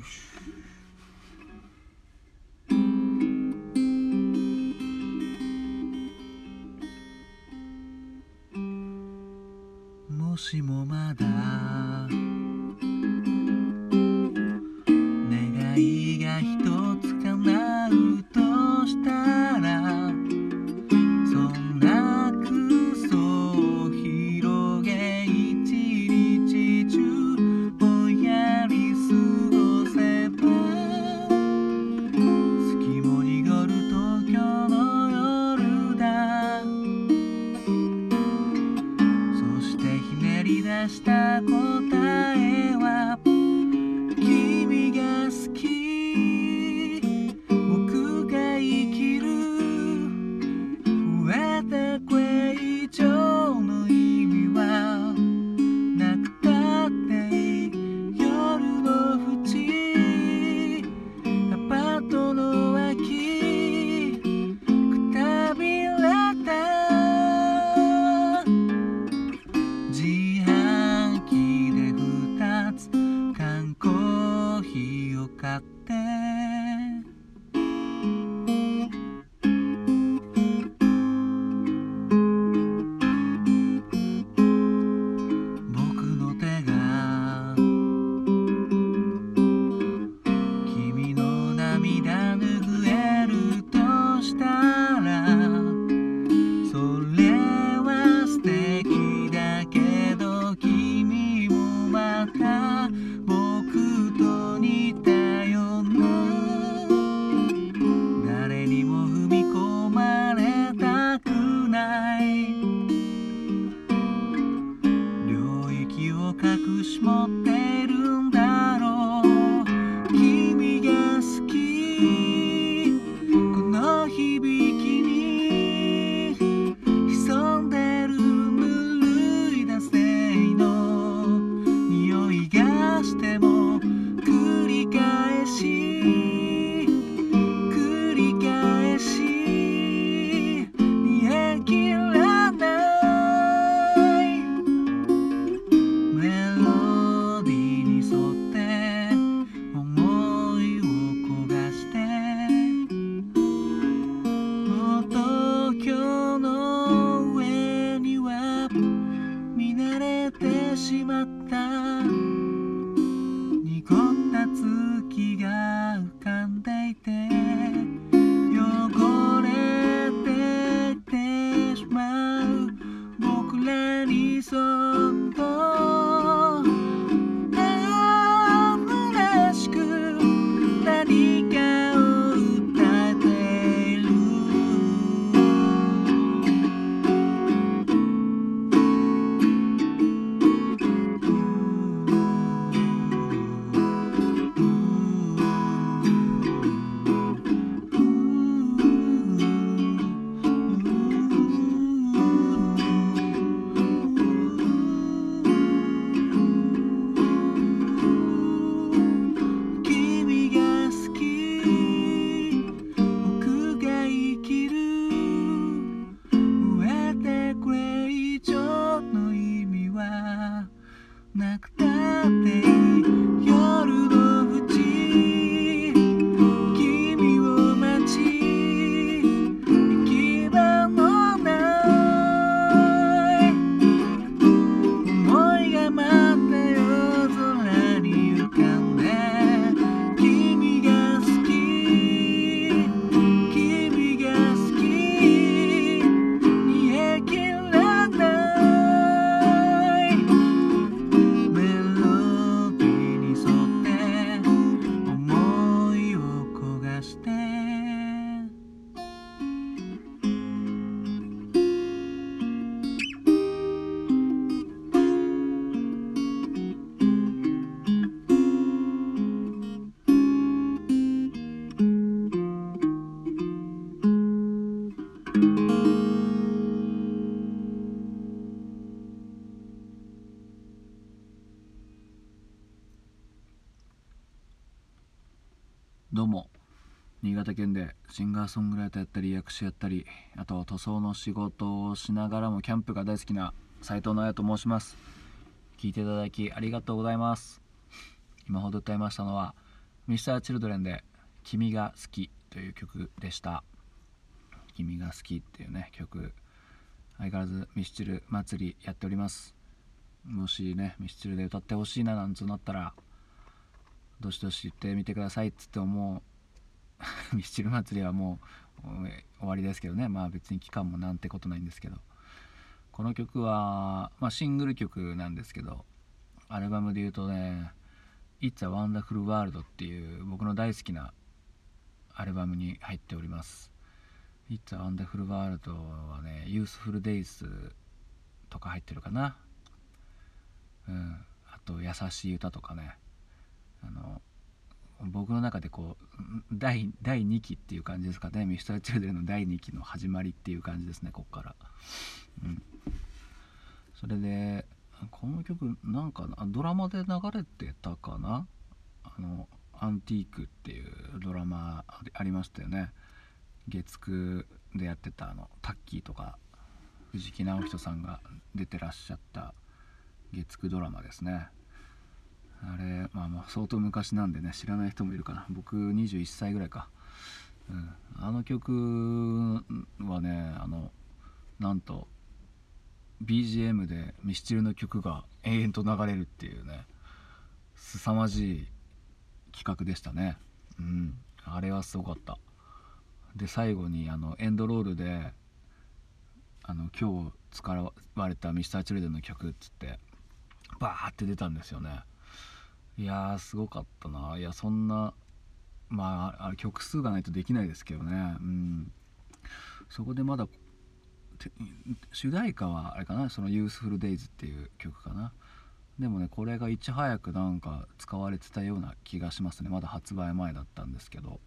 もしもまだ願いが一つ叶うとしたら、そんな空想を広げ一日中ぼんやり過ごせば、月も濁る東京の夜だ。そしてひねり出した答えは、君が好き、僕が生きる、増えてこれ以上の意味はなくたっていい。夜の淵、アパートの脇、くたびれた自販機で2つ缶コーヒーを買って、僕の手が君の涙拭えるとしたら、それは素敵だけど、君もまた僕と似たような、誰にも踏み込まれたくない領域を隠し持ってるんだろう。君が好き、この響きに潜んでるぬるい惰性の匂いがしても、繰り返し繰り返し煮え切らないメロディーに沿って思いを焦がして、東京の上には見慣れてしまった濁った月が浮かんでいて、汚れてってしまう僕らにそっと虚しく何かを歌っている。君が好き、僕が生きる、増えてこれ以上の意味はなくたっていい。夜の淵、君を待ち、行き場のない思いが待った夜空に浮かんで、君が好き、君が好き、煮え切らないメロディーに沿って思いを焦がして、どうも、新潟県でシンガーソングライターやったり役者やったり、あと塗装の仕事をしながらもキャンプが大好きな斉藤直也と申します。聞いていただきありがとうございます。今ほど歌いましたのは Mr.Children で君が好きという曲でした。君が好きっていうね曲、相変わらずミスチル祭りやっております。もしねミスチルで歌ってほしいななんつなったらどしどし言ってみてくださいっつってもうミスチル祭りはもう終わりですけどね、まあ別に期間もなんてことないんですけど、この曲は、シングル曲なんですけど、アルバムで言うとね It's a Wonderful World っていう僕の大好きなアルバムに入っております。 It's a Wonderful World はね Youthful Days とか入ってるかな、あと優しい歌とかね、僕の中でこう第2期っていう感じですかね。ミスターチルドレンの第2期の始まりっていう感じですね、こっから。それでこの曲なんかな、ドラマで流れてたかな、アンティークっていうドラマありましたよね。月9でやってたタッキーとか藤木直人さんが出てらっしゃった月9ドラマですね。あれ、相当昔なんでね知らない人もいるかな。僕21歳ぐらいか、あの曲はねなんと BGM でミスチルの曲が延々と流れるっていうね凄まじい企画でしたね。あれはすごかった。で最後にエンドロールで今日使われたミスターチルドレンの曲っつってバーって出たんですよね。いやーすごかったな。いやそんなあれ曲数がないとできないですけどね。そこでまだ主題歌はあれかな、その Youthful Days っていう曲かな。でもねこれがいち早くなんか使われてたような気がしますね。まだ発売前だったんですけど、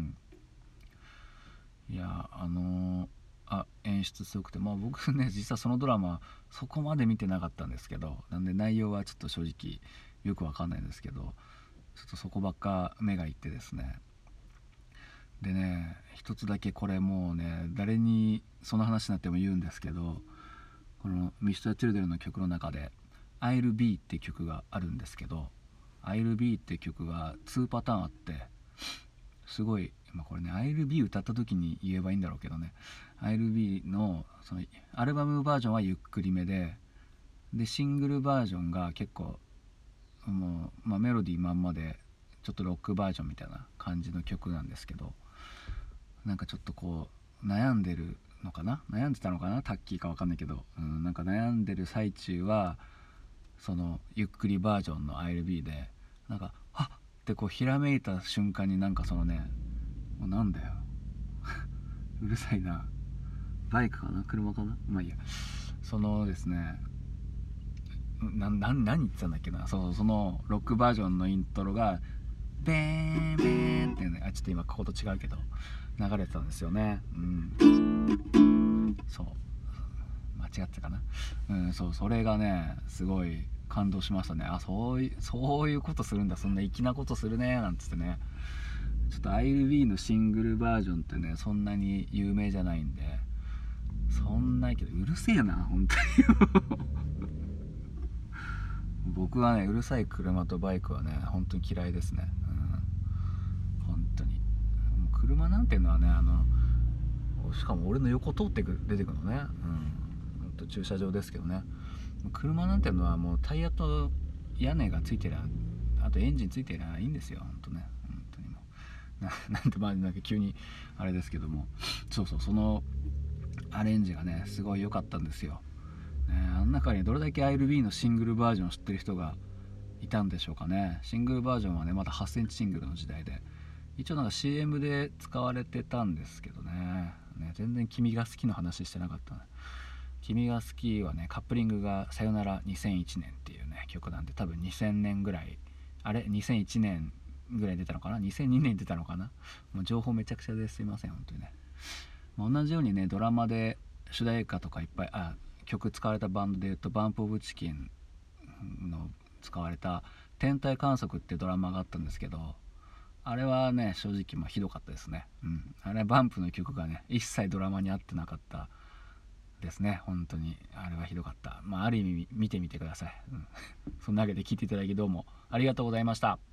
いや演出すごくて、僕ね実はそのドラマそこまで見てなかったんですけど、なんで内容はちょっと正直よくわかんないんですけど、ちょっとそこばっか目がいってですね。でね一つだけこれもうね誰にその話になっても言うんですけど、この Mr.Children の曲の中で I'll Be って曲があるんですけど、 I'll Be って曲が2パターンあって、すごいこれね I'll Be 歌った時に言えばいいんだろうけどね、 I'll Be のそのアルバムバージョンはゆっくりめで、シングルバージョンが結構もう、メロディーまんまでちょっとロックバージョンみたいな感じの曲なんですけど、なんかちょっとこう悩んでるのかな、悩んでたのかな、タッキーか分かんないけど、なんか悩んでる最中はそのゆっくりバージョンの I'll Be でなんかはっってこうひらめいた瞬間になんかそのね、もうなんだようるさいな、バイクかな車かな、いいや、そのですね何言ってたんだっけな、そのロックバージョンのイントロがベーンベーンってね、ちょっと今ここと違うけど流れてたんですよね。そう間違ってたかな、それがねすごい感動しましたね。そういうことするんだ、そんな粋なことするねなんつってね。ちょっと I'll Be のシングルバージョンってねそんなに有名じゃないんで、そんなけどうるせえな本当に僕はねうるさい車とバイクはね本当に嫌いですね。本当にもう車なんていうのはねしかも俺の横通って出てくるのね、駐車場ですけどね、車なんていうのはもうタイヤと屋根がついてりゃ、あとエンジンついてりゃいいんですよ本当ね。本当にもうなんか急にあれですけども、そのアレンジがねすごい良かったんですよ。あの中にどれだけ I'll Be のシングルバージョンを知ってる人がいたんでしょうかね。シングルバージョンはねまだ8センチシングルの時代で、一応なんか CM で使われてたんですけどね、全然君が好きの話してなかったね。君が好きはねカップリングがさよなら2001年っていうね曲なんで、多分2000年ぐらい、2001年ぐらい出たのかな、2002年出たのかな、もう情報めちゃくちゃですいません本当にね。同じようにねドラマで主題歌とかいっぱい曲使われたバンドでいうとバンプオブチキンの使われた天体観測ってドラマがあったんですけど、あれはね正直ひどかったですね。あれバンプの曲がね一切ドラマに合ってなかったですね。本当にあれはひどかった。ある意味見てみてください。そんなわけで聞いていただきどうもありがとうございました。